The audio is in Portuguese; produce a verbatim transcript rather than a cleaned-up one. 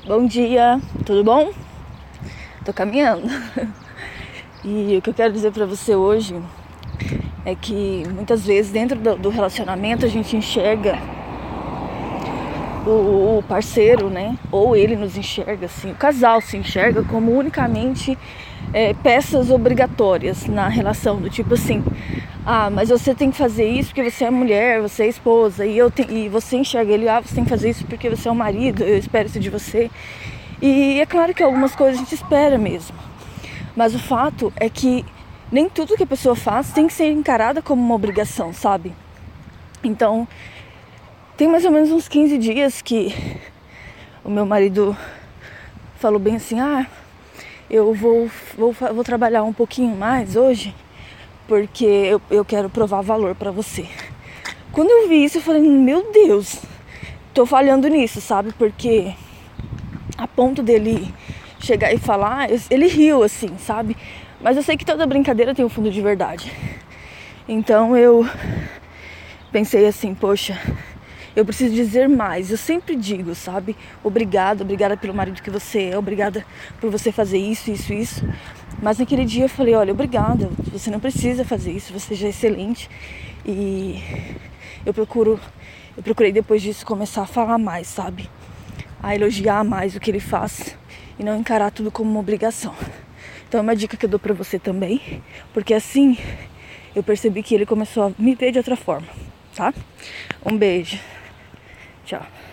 Bom dia, tudo bom? Tô caminhando. E o que eu quero dizer pra você hoje é que muitas vezes dentro do, do relacionamento a gente enxerga o, o parceiro, né? Ou ele nos enxerga assim, o casal se enxerga como unicamente é, peças obrigatórias na relação, do tipo assim, ah, mas você tem que fazer isso porque você é mulher, você é esposa, e, eu te, e você enxerga ele, ah, você tem que fazer isso porque você é o marido, eu espero isso de você. E é claro que algumas coisas a gente espera mesmo, mas o fato é que nem tudo que a pessoa faz tem que ser encarada como uma obrigação, sabe? Então, tem mais ou menos uns quinze dias que o meu marido falou bem assim, ah, eu vou, vou, vou trabalhar um pouquinho mais hoje, porque eu, eu quero provar valor pra você. Quando eu vi isso, eu falei, meu Deus, tô falhando nisso, sabe? Porque a ponto dele chegar e falar, ele riu assim, sabe? Mas eu sei que toda brincadeira tem um fundo de verdade. Então eu pensei assim, poxa, eu preciso dizer mais. Eu sempre digo, sabe? Obrigada, obrigada pelo marido que você é, obrigada por você fazer isso, isso, isso. Mas naquele dia eu falei, olha, obrigada, você não precisa fazer isso, você já é excelente. E eu procuro, eu procurei depois disso começar a falar mais, sabe? A elogiar mais o que ele faz e não encarar tudo como uma obrigação. Então é uma dica que eu dou pra você também, porque assim eu percebi que ele começou a me ver de outra forma, tá? Um beijo. Tchau.